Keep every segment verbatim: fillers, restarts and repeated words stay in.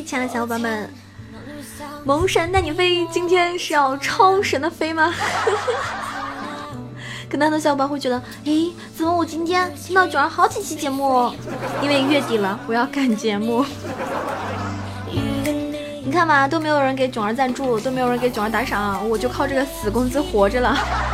亲爱的小伙伴们，萌神带你飞，今天是要超神的飞吗？可能很多小伙伴会觉得，诶，怎么我今天听到囧儿好几期节目哦？因为月底了，我要赶节目。你看嘛，都没有人给囧儿赞助，都没有人给囧儿打赏，我就靠这个死工资活着了。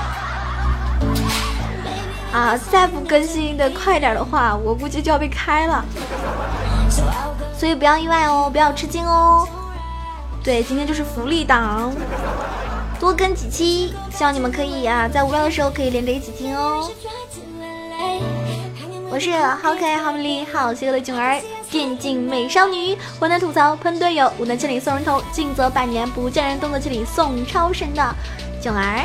啊，再不更新的快点的话，我估计就要被开了。所以不要意外哦，不要吃惊哦。对，今天就是福利档，多更几期，希望你们可以啊，在无聊的时候可以连着一起听哦。我是好可爱、好美丽、好邪恶的囧儿，电竞美少女，我能吐槽喷队友，无能千里送人头，近则百年，不见人，动作千里送超神的囧儿。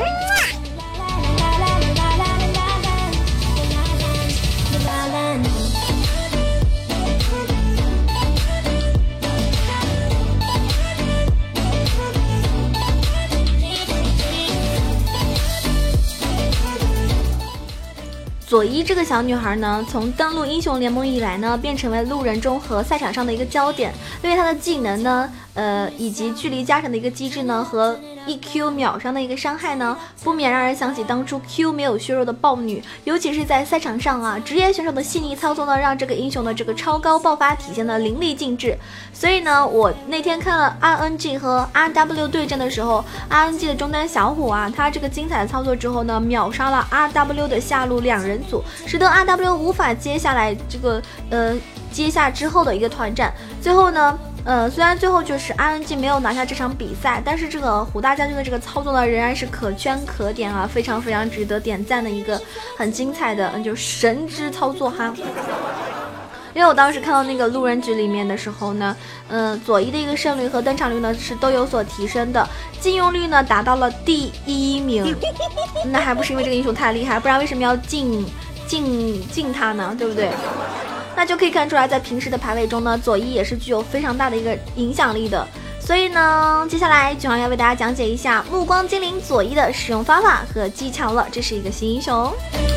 佐伊这个小女孩呢，从登陆英雄联盟以来呢，便成为路人中和赛场上的一个焦点，因为她的技能呢，呃，以及距离加成的一个机制呢，和 E Q 秒伤的一个伤害呢，不免让人想起当初 Q 没有削弱的豹女，尤其是在赛场上啊，职业选手的细腻操作呢，让这个英雄的这个超高爆发体现的淋漓尽致。所以呢，我那天看了 R N G 和 R W 对阵的时候 ，R N G 的中单小虎啊，他这个精彩的操作之后呢，秒杀了 R W 的下路两人组，使得 R W 无法接下来这个呃接下之后的一个团战。最后呢，呃，虽然最后就是 R N G 没有拿下这场比赛，但是这个虎大将军的这个操作呢，仍然是可圈可点啊，非常非常值得点赞的一个很精彩的，嗯，就是神之操作哈。因为我当时看到那个路人局里面的时候呢，嗯、呃，佐伊的一个胜率和登场率呢是都有所提升的，禁用率呢达到了第一名，那还不是因为这个英雄太厉害，不然为什么要禁禁禁他呢？对不对？那就可以看出来，在平时的排位中呢，佐伊也是具有非常大的一个影响力的。所以呢，接下来囧儿要为大家讲解一下暮光精灵佐伊的使用方法和技巧了。这是一个新英雄。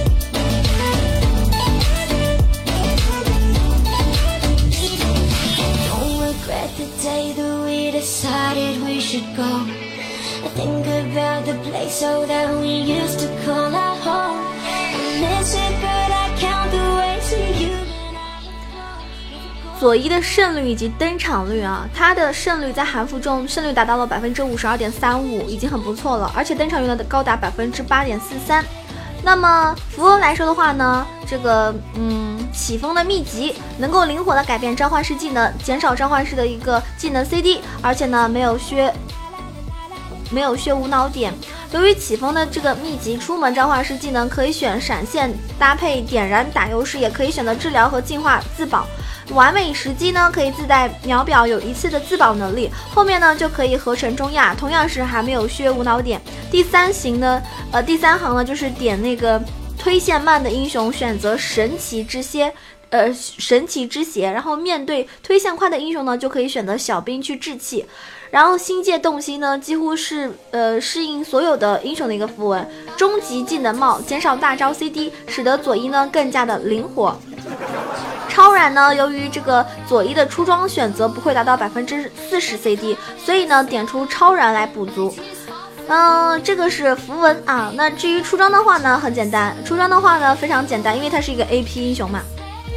佐伊的胜率以及登场率啊，他的胜率在韩服中胜率达到了百分之五十二点三五，已经很不错了，而且登场率呢高达百分之八点四三。那么符文来说的话呢，这个嗯起风的秘籍能够灵活的改变召唤师技能，减少召唤师的一个技能 C D， 而且呢没有削没有削无脑点。由于起风的这个秘籍出门召唤师技能可以选闪现搭配点燃打优势，也可以选择治疗和净化自保。完美时机呢，可以自带秒表有一次的自保能力，后面呢就可以合成中亚，同样是还没有削无脑点。第三行呢，呃，第三行呢就是点那个推线慢的英雄，选择神奇之蝎，呃，神奇之血，然后面对推线快的英雄呢，就可以选择小兵去置气。然后星界洞悉呢，几乎是呃适应所有的英雄的一个符文，终极技能帽减少大招 C D， 使得佐伊呢更加的灵活。超燃呢，由于这个佐伊的出装选择不会达到百分之四十 C D， 所以呢点出超燃来补足。嗯、呃，这个是符文啊。那至于出装的话呢，很简单，出装的话呢非常简单，因为它是一个 A P 英雄嘛，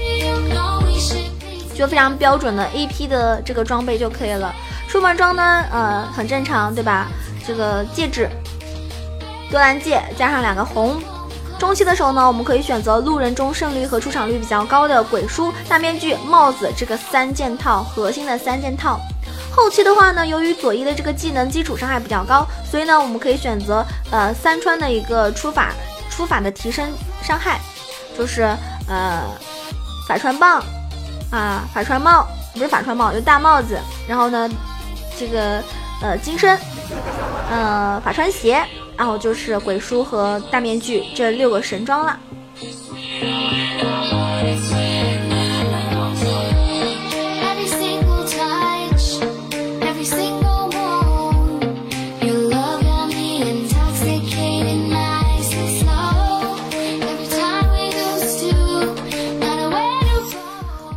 就非常标准的 A P 的这个装备就可以了。出门装呢，呃，很正常，对吧？这个戒指，多兰戒加上两个红。中期的时候呢，我们可以选择路人中胜率和出场率比较高的鬼书、大面具、帽子这个三件套，核心的三件套。后期的话呢，由于佐伊的这个技能基础伤害比较高，所以呢，我们可以选择呃三川的一个出法出法的提升伤害，就是呃法传棒啊，法传帽不是法传帽，有大帽子，然后呢这个呃金身，呃法传鞋。然后就是鬼书和大面具这六个神装了。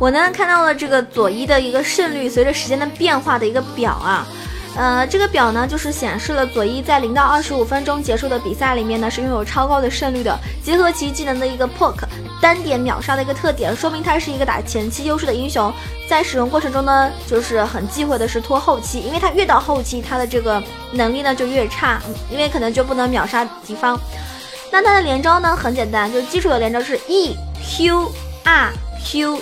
我呢看到了这个佐伊的一个胜率随着时间的变化的一个表啊。呃，这个表呢，就是显示了佐伊在零到二十五分钟结束的比赛里面呢，是拥有超高的胜率的。结合其技能的一个 poke 单点秒杀的一个特点，说明他是一个打前期优势的英雄。在使用过程中呢，就是很忌讳的是拖后期，因为他越到后期，他的这个能力呢就越差，因为可能就不能秒杀敌方。那他的连招呢很简单，就是基础的连招是 E Q R Q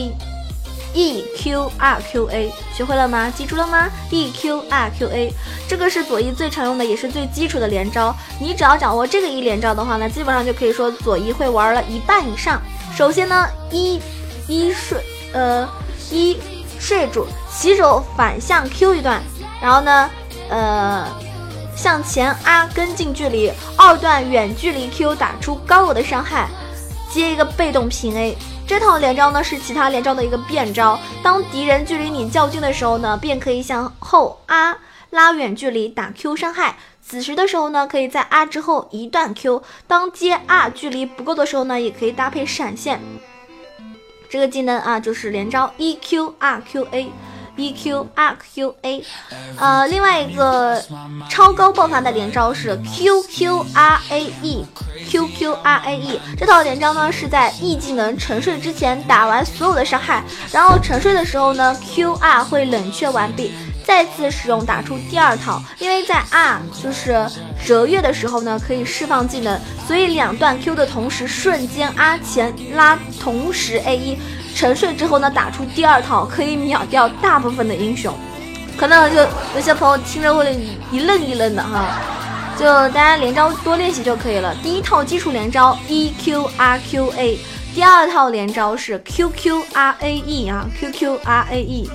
A。E Q R Q A 学会了吗？记住了吗 ？E Q R Q A 这个是佐伊最常用的，也是最基础的连招。你只要掌握这个一连招的话呢，基本上就可以说佐伊会玩了一半以上。首先呢，一一睡呃一睡住，起手反向 Q 一段，然后呢呃向前 R 跟进距离，二段远距离 Q 打出高额的伤害，接一个被动平 A。这套连招呢是其他连招的一个变招，当敌人距离你较近的时候呢，便可以向后 R 拉远距离打 Q 伤害。此时的时候呢，可以在 R 之后一段 Q， 当接 R 距离不够的时候呢，也可以搭配闪现。这个技能啊，就是连招 E Q R Q A。E Q R Q A， 呃，另外一个超高爆发的连招是 Q Q R A E。Q Q R A E 这套连招呢是在 E 技能沉睡之前打完所有的伤害，然后沉睡的时候呢 Q R 会冷却完毕，再次使用打出第二套。因为在 R 就是折跃的时候呢可以释放技能，所以两段 Q 的同时瞬间 R 前拉同时 A 一，沉睡之后呢打出第二套，可以秒掉大部分的英雄。可能就有些朋友听着会一愣一愣的哈。就大家连招多练习就可以了。第一套基础连招 E Q R Q A， 第二套连招是 Q Q R A E 啊 ，Q Q R A E。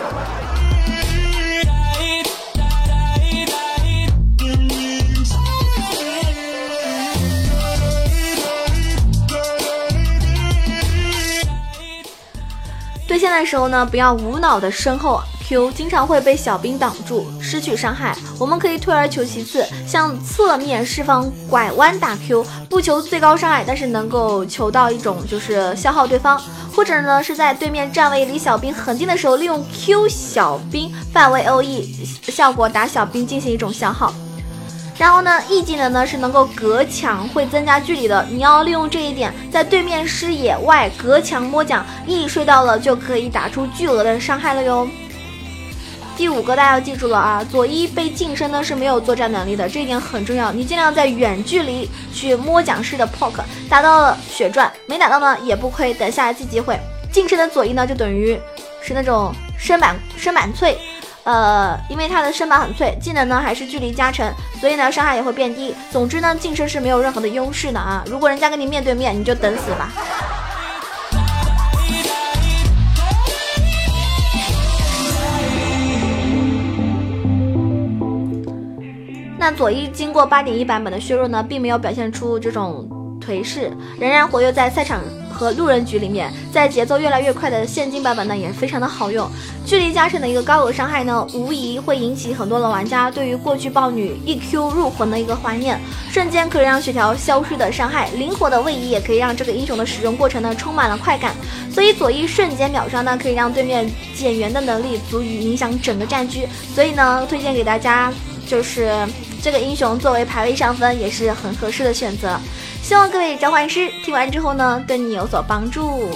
对线的时候呢，不要无脑的身后 Q， 经常会被小兵挡住，失去伤害。我们可以退而求其次，向侧面释放拐弯打 Q， 不求最高伤害，但是能够求到一种就是消耗对方，或者呢是在对面站位离小兵很近的时候，利用 Q 小兵范围 O E 效果打小兵进行一种消耗。然后呢 E 技能呢是能够隔墙，会增加距离的，你要利用这一点，在对面视野外隔墙摸奖 E 睡到了就可以打出巨额的伤害了哟。第五个大家要记住了啊，佐伊被近身呢是没有作战能力的，这一点很重要，你尽量在远距离去摸奖式的 poke， 打到了血赚，没打到呢也不亏，等下一次机会。近身的佐伊呢就等于是那种身板身板脆，呃，因为它的身板很脆，技能呢还是距离加成，所以呢伤害也会变低。总之呢，近身是没有任何的优势的啊！如果人家跟你面对面，你就等死吧。那佐伊经过 八点一 版本的削弱呢，并没有表现出这种颓势，仍然活跃在赛场和路人局里面。在节奏越来越快的现今版本呢，也非常的好用。距离加成的一个高额伤害呢，无疑会引起很多的玩家对于过去豹女 E Q 入魂的一个怀念，瞬间可以让血条消失的伤害，灵活的位移也可以让这个英雄的使用过程呢充满了快感。所以佐伊瞬间秒杀呢，可以让对面减员的能力足以影响整个战局。所以呢，推荐给大家就是这个英雄作为排位上分也是很合适的选择。希望各位召唤师听完之后呢，对你有所帮助。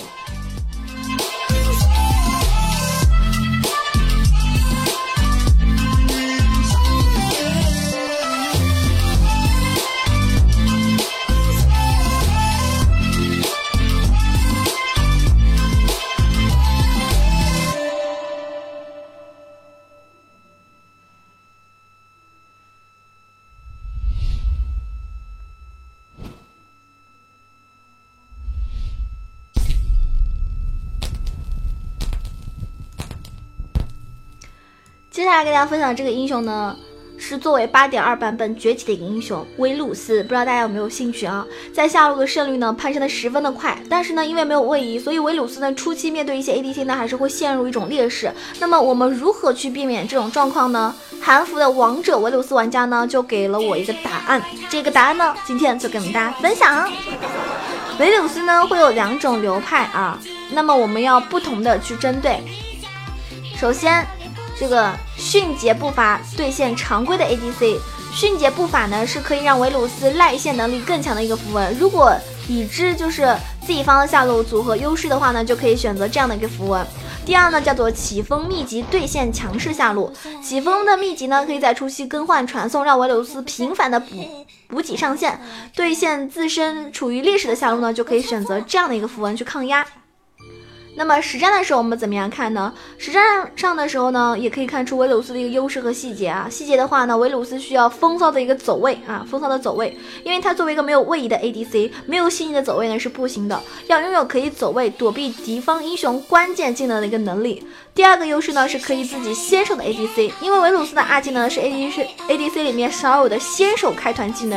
接下来给大家分享的这个英雄呢，是作为 八点二 版本崛起的一个英雄维鲁斯，不知道大家有没有兴趣啊？在下路的胜率呢攀升的十分的快，但是呢因为没有位移，所以维鲁斯呢初期面对一些 A D C 呢还是会陷入一种劣势。那么我们如何去避免这种状况呢？韩服的王者维鲁斯玩家呢就给了我一个答案，这个答案呢今天就跟我们大家分享。维鲁斯呢会有两种流派啊， 那么我们要不同的去针对。首先，这个迅捷步伐兑现常规的 A D C， 迅捷步伐呢是可以让维鲁斯赖线能力更强的一个符文。如果已知就是自己方的下路组合优势的话呢，就可以选择这样的一个符文。第二呢，叫做起风秘籍兑现强势下路。起风的秘籍呢，可以在初期更换传送，让维鲁斯频繁的补补给上线。兑现自身处于劣势的下路呢，就可以选择这样的一个符文去抗压。那么实战的时候我们怎么样看呢？实战上的时候呢，也可以看出维鲁斯的一个优势和细节啊。细节的话呢，维鲁斯需要风骚的一个走位啊，风骚的走位，因为他作为一个没有位移的 A D C， 没有细腻的走位呢是不行的，要拥有可以走位躲避敌方英雄关键技能的一个能力。第二个优势呢是可以自己先手的 A D C， 因为维鲁斯的二技能是 A D C A D C 里面少有的先手开团技能。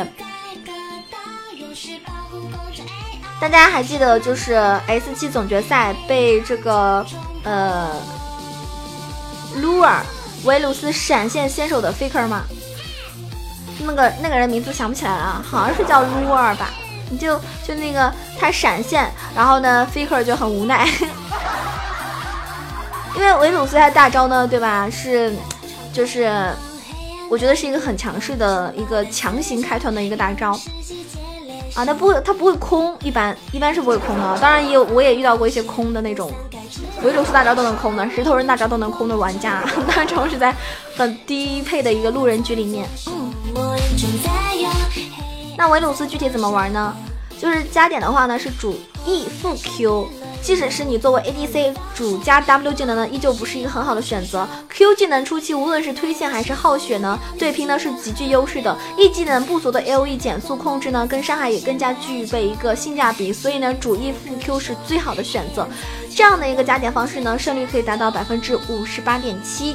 大家还记得就是 S 七 总决赛被这个呃鲁尔维鲁斯闪现先手的 Faker 吗？那个那个人名字想不起来了，好像是叫鲁尔吧。你就就那个他闪现，然后呢 Faker 就很无奈，因为维鲁斯他大招呢，对吧？是就是我觉得是一个很强势的一个强行开团的一个大招。啊，他不会，他不会空，一般一般是不会空的。当然也有，我也遇到过一些空的那种，维鲁斯大招都能空的，石头人大招都能空的玩家，当然这种是在很低配的一个路人局里面。嗯，那维鲁斯具体怎么玩呢？就是加点的话呢是主 E 副 Q， 即使是你作为 A D C 主加 W 技能呢，依旧不是一个很好的选择。Q 技能初期无论是推线还是耗血呢，对拼呢是极具优势的。E 技能不足的 A O E 减速控制呢，跟伤害也更加具备一个性价比，所以呢主 E 副 Q 是最好的选择。这样的一个加点方式呢，胜率可以达到百分之五十八点七。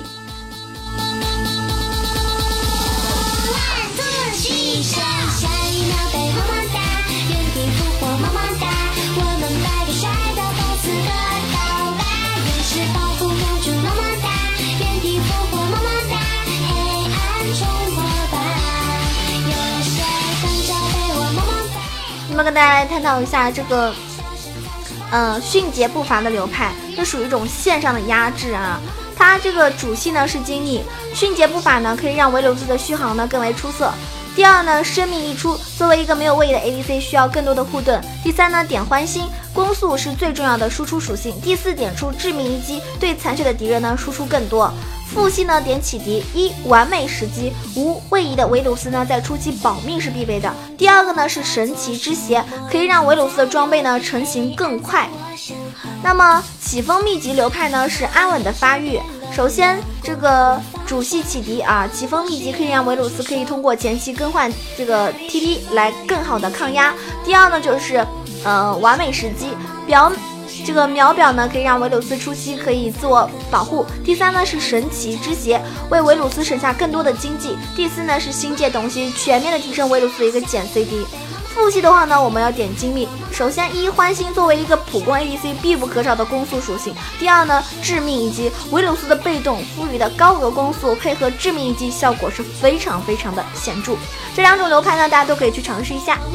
那么跟大家来探讨一下这个，呃，迅捷步伐的流派，这属于一种线上的压制啊。它这个主系呢是精密，迅捷步伐呢可以让维鲁斯的续航呢更为出色。第二呢，生命一出，作为一个没有位移的 A D C 需要更多的护盾。第三呢，点欢心，攻速是最重要的输出属性。第四，点出致命一击，对残血的敌人呢输出更多。副系呢点启迪，一完美时机，无位移的维鲁斯呢在初期保命是必备的。第二个呢是神奇之鞋，可以让维鲁斯的装备呢成型更快。那么起风秘籍流派呢是安稳的发育。首先这个主系启迪啊，起风秘籍可以让维鲁斯可以通过前期更换这个 T P 来更好的抗压。第二呢就是呃完美时机，表这个秒表呢可以让维鲁斯初期可以自我保护。第三呢是神奇之鞋，为维鲁斯省下更多的经济。第四呢是星界东西，全面的提升维鲁斯的一个减 C D。副系的话呢，我们要点精密。首先一欢心作为一个普攻 A D C 必不可少的攻速属性。第二呢致命一击，维鲁斯的被动赋予的高额攻速配合致命一击效果是非常非常的显著。这两种流派呢大家都可以去尝试一下。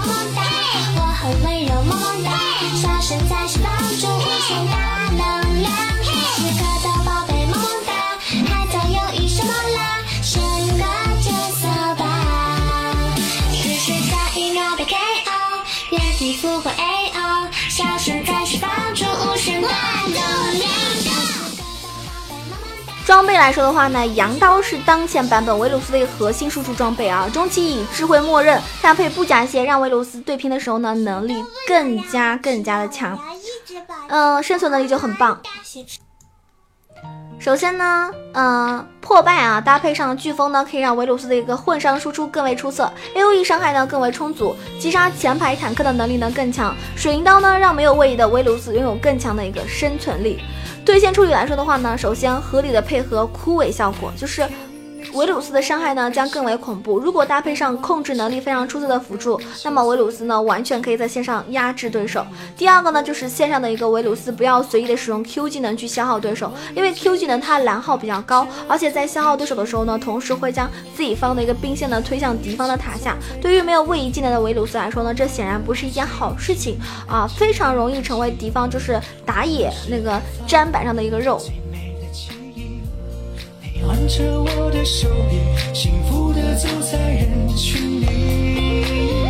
装备来说的话呢，羊刀是当前版本维鲁斯的一个核心输出装备啊。中期以智慧默认搭配布甲鞋，让维鲁斯对拼的时候呢，能力更加更加的强，嗯、呃，生存能力就很棒。首先呢，呃，破败啊，搭配上飓风呢，可以让维鲁斯的一个混伤输出更为出色 ，A O E 伤害呢更为充足，击杀前排坦克的能力呢更强。水银刀呢，让没有位移的维鲁斯拥有更强的一个生存力。对线处理来说的话呢，首先合理的配合枯萎效果，就是维鲁斯的伤害呢将更为恐怖。如果搭配上控制能力非常出色的辅助，那么维鲁斯呢完全可以在线上压制对手。第二个呢就是线上的一个维鲁斯不要随意的使用 Q 技能去消耗对手，因为 Q 技能它蓝耗比较高，而且在消耗对手的时候呢，同时会将自己方的一个兵线呢推向敌方的塔下。对于没有位移技能的维鲁斯来说呢，这显然不是一件好事情啊，非常容易成为敌方就是打野那个砧板上的一个肉。 挽着我的手臂，幸福地走在人群里，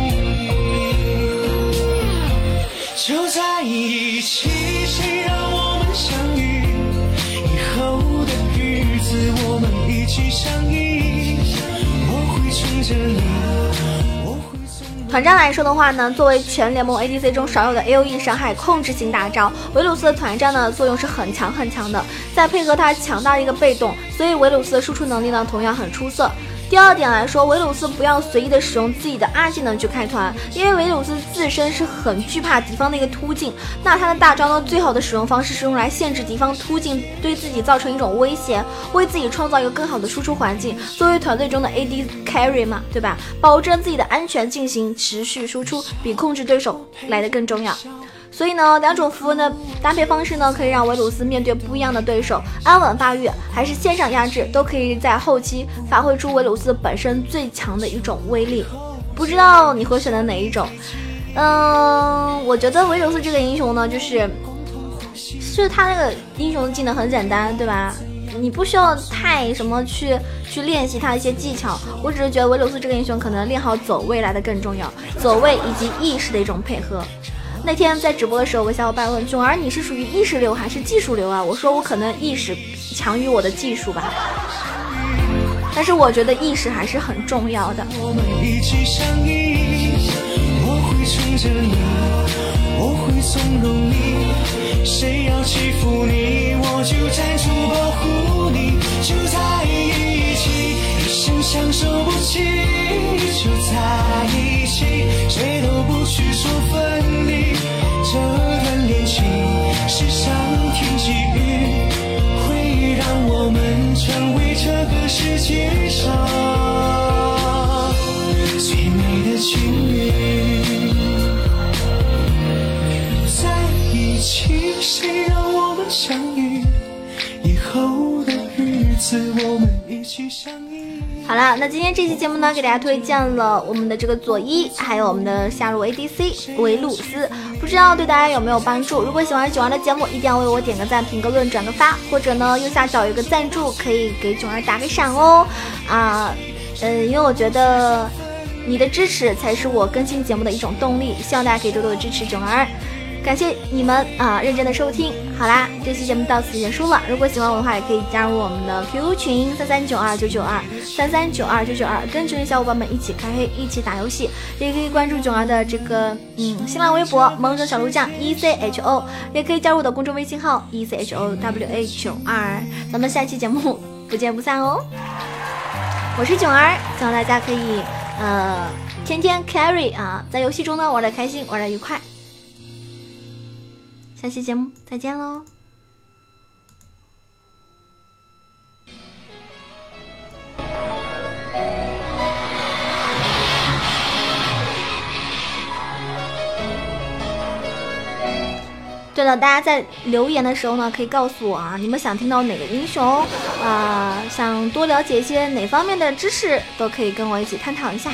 就在一起，谁让我们相遇？以后的日子我们一起相依，我会宠着你。 团战来说的话呢，作为全联盟 A D C 中少有的 A O E 伤害控制型大招，维鲁斯的团战呢作用是很强很强的，再配合他强大的一个被动，所以维鲁斯的输出能力呢同样很出色。第二点来说，维鲁斯不要随意的使用自己的二技能去开团，因为维鲁斯自身是很惧怕敌方的一个突进，那他的大招呢最好的使用方式是用来限制敌方突进，对自己造成一种威胁，为自己创造一个更好的输出环境，作为团队中的 A D carry 嘛，对吧？保证自己的安全进行持续输出，比控制对手来得更重要。所以呢，两种符文的搭配方式呢，可以让维鲁斯面对不一样的对手安稳发育，还是线上压制，都可以在后期发挥出维鲁斯本身最强的一种威力。不知道你会选择哪一种？嗯，我觉得维鲁斯这个英雄呢，就是就是他那个英雄的技能很简单，对吧？你不需要太什么去去练习他一些技巧，我只是觉得维鲁斯这个英雄可能练好走位来的更重要，走位以及意识的一种配合。那天在直播的时候，有小伙伴问囧儿，你是属于意识流还是技术流啊？我说我可能意识强于我的技术吧，但是我觉得意识还是很重要的。 我们一起相依，我会宠着你，我会纵容你，谁要欺负你，我就站出保护你，就在一起，一生相守不弃，就在一起，谁都不去说分离。这段恋情是上天给予，会让我们成为这个世界上最美的情侣。在一起，谁让我们相遇？以后的日子我们一起相依。 好了，那今天这期节目呢，给大家推荐了我们的这个佐伊，还有我们的下路 A D C 维鲁斯，不知道对大家有没有帮助？如果喜欢囧儿的节目，一定要为我点个赞、评个论、转个发，或者呢右下角有个赞助，可以给囧儿打个赏哦。啊，嗯，因为我觉得你的支持才是我更新节目的一种动力，希望大家可以多多的支持囧儿。感谢你们啊认真的收听。好啦，这期节目到此结束了。如果喜欢我的话，也可以加入我们的 Q Q 群三三九二九九二三三九二九九二，跟群里小伙伴们一起开黑，一起打游戏。也可以关注囧儿的这个嗯新浪微博萌者小鹿酱 E C H O， 也可以加入我的公众微信号 E C H O W A 九二。咱们下期节目不见不散哦。我是囧儿，希望大家可以呃天天 carry 啊，在游戏中呢玩得开心，玩得愉快。下期节目再见喽。对了，大家在留言的时候呢，可以告诉我啊，你们想听到哪个英雄啊、呃，想多了解一些哪方面的知识，都可以跟我一起探讨一下。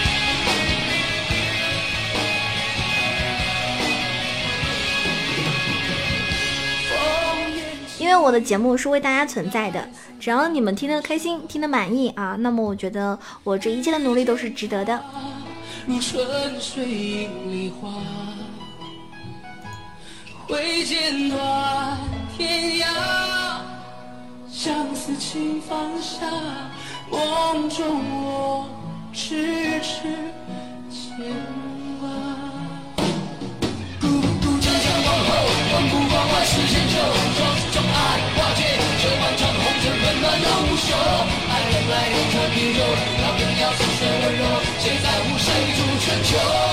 因为我的节目是为大家存在的，只要你们听得开心，听得满意啊，那么我觉得我这一切的努力都是值得的。 如春水映梨花，挥剑断天涯，相思情放下，梦中我痴痴牵挂。不管万世千秋，壮士将爱化解，这漫长红尘温暖的无休。爱人来用这啤酒，老人要似水温柔，谁在乎谁主全球？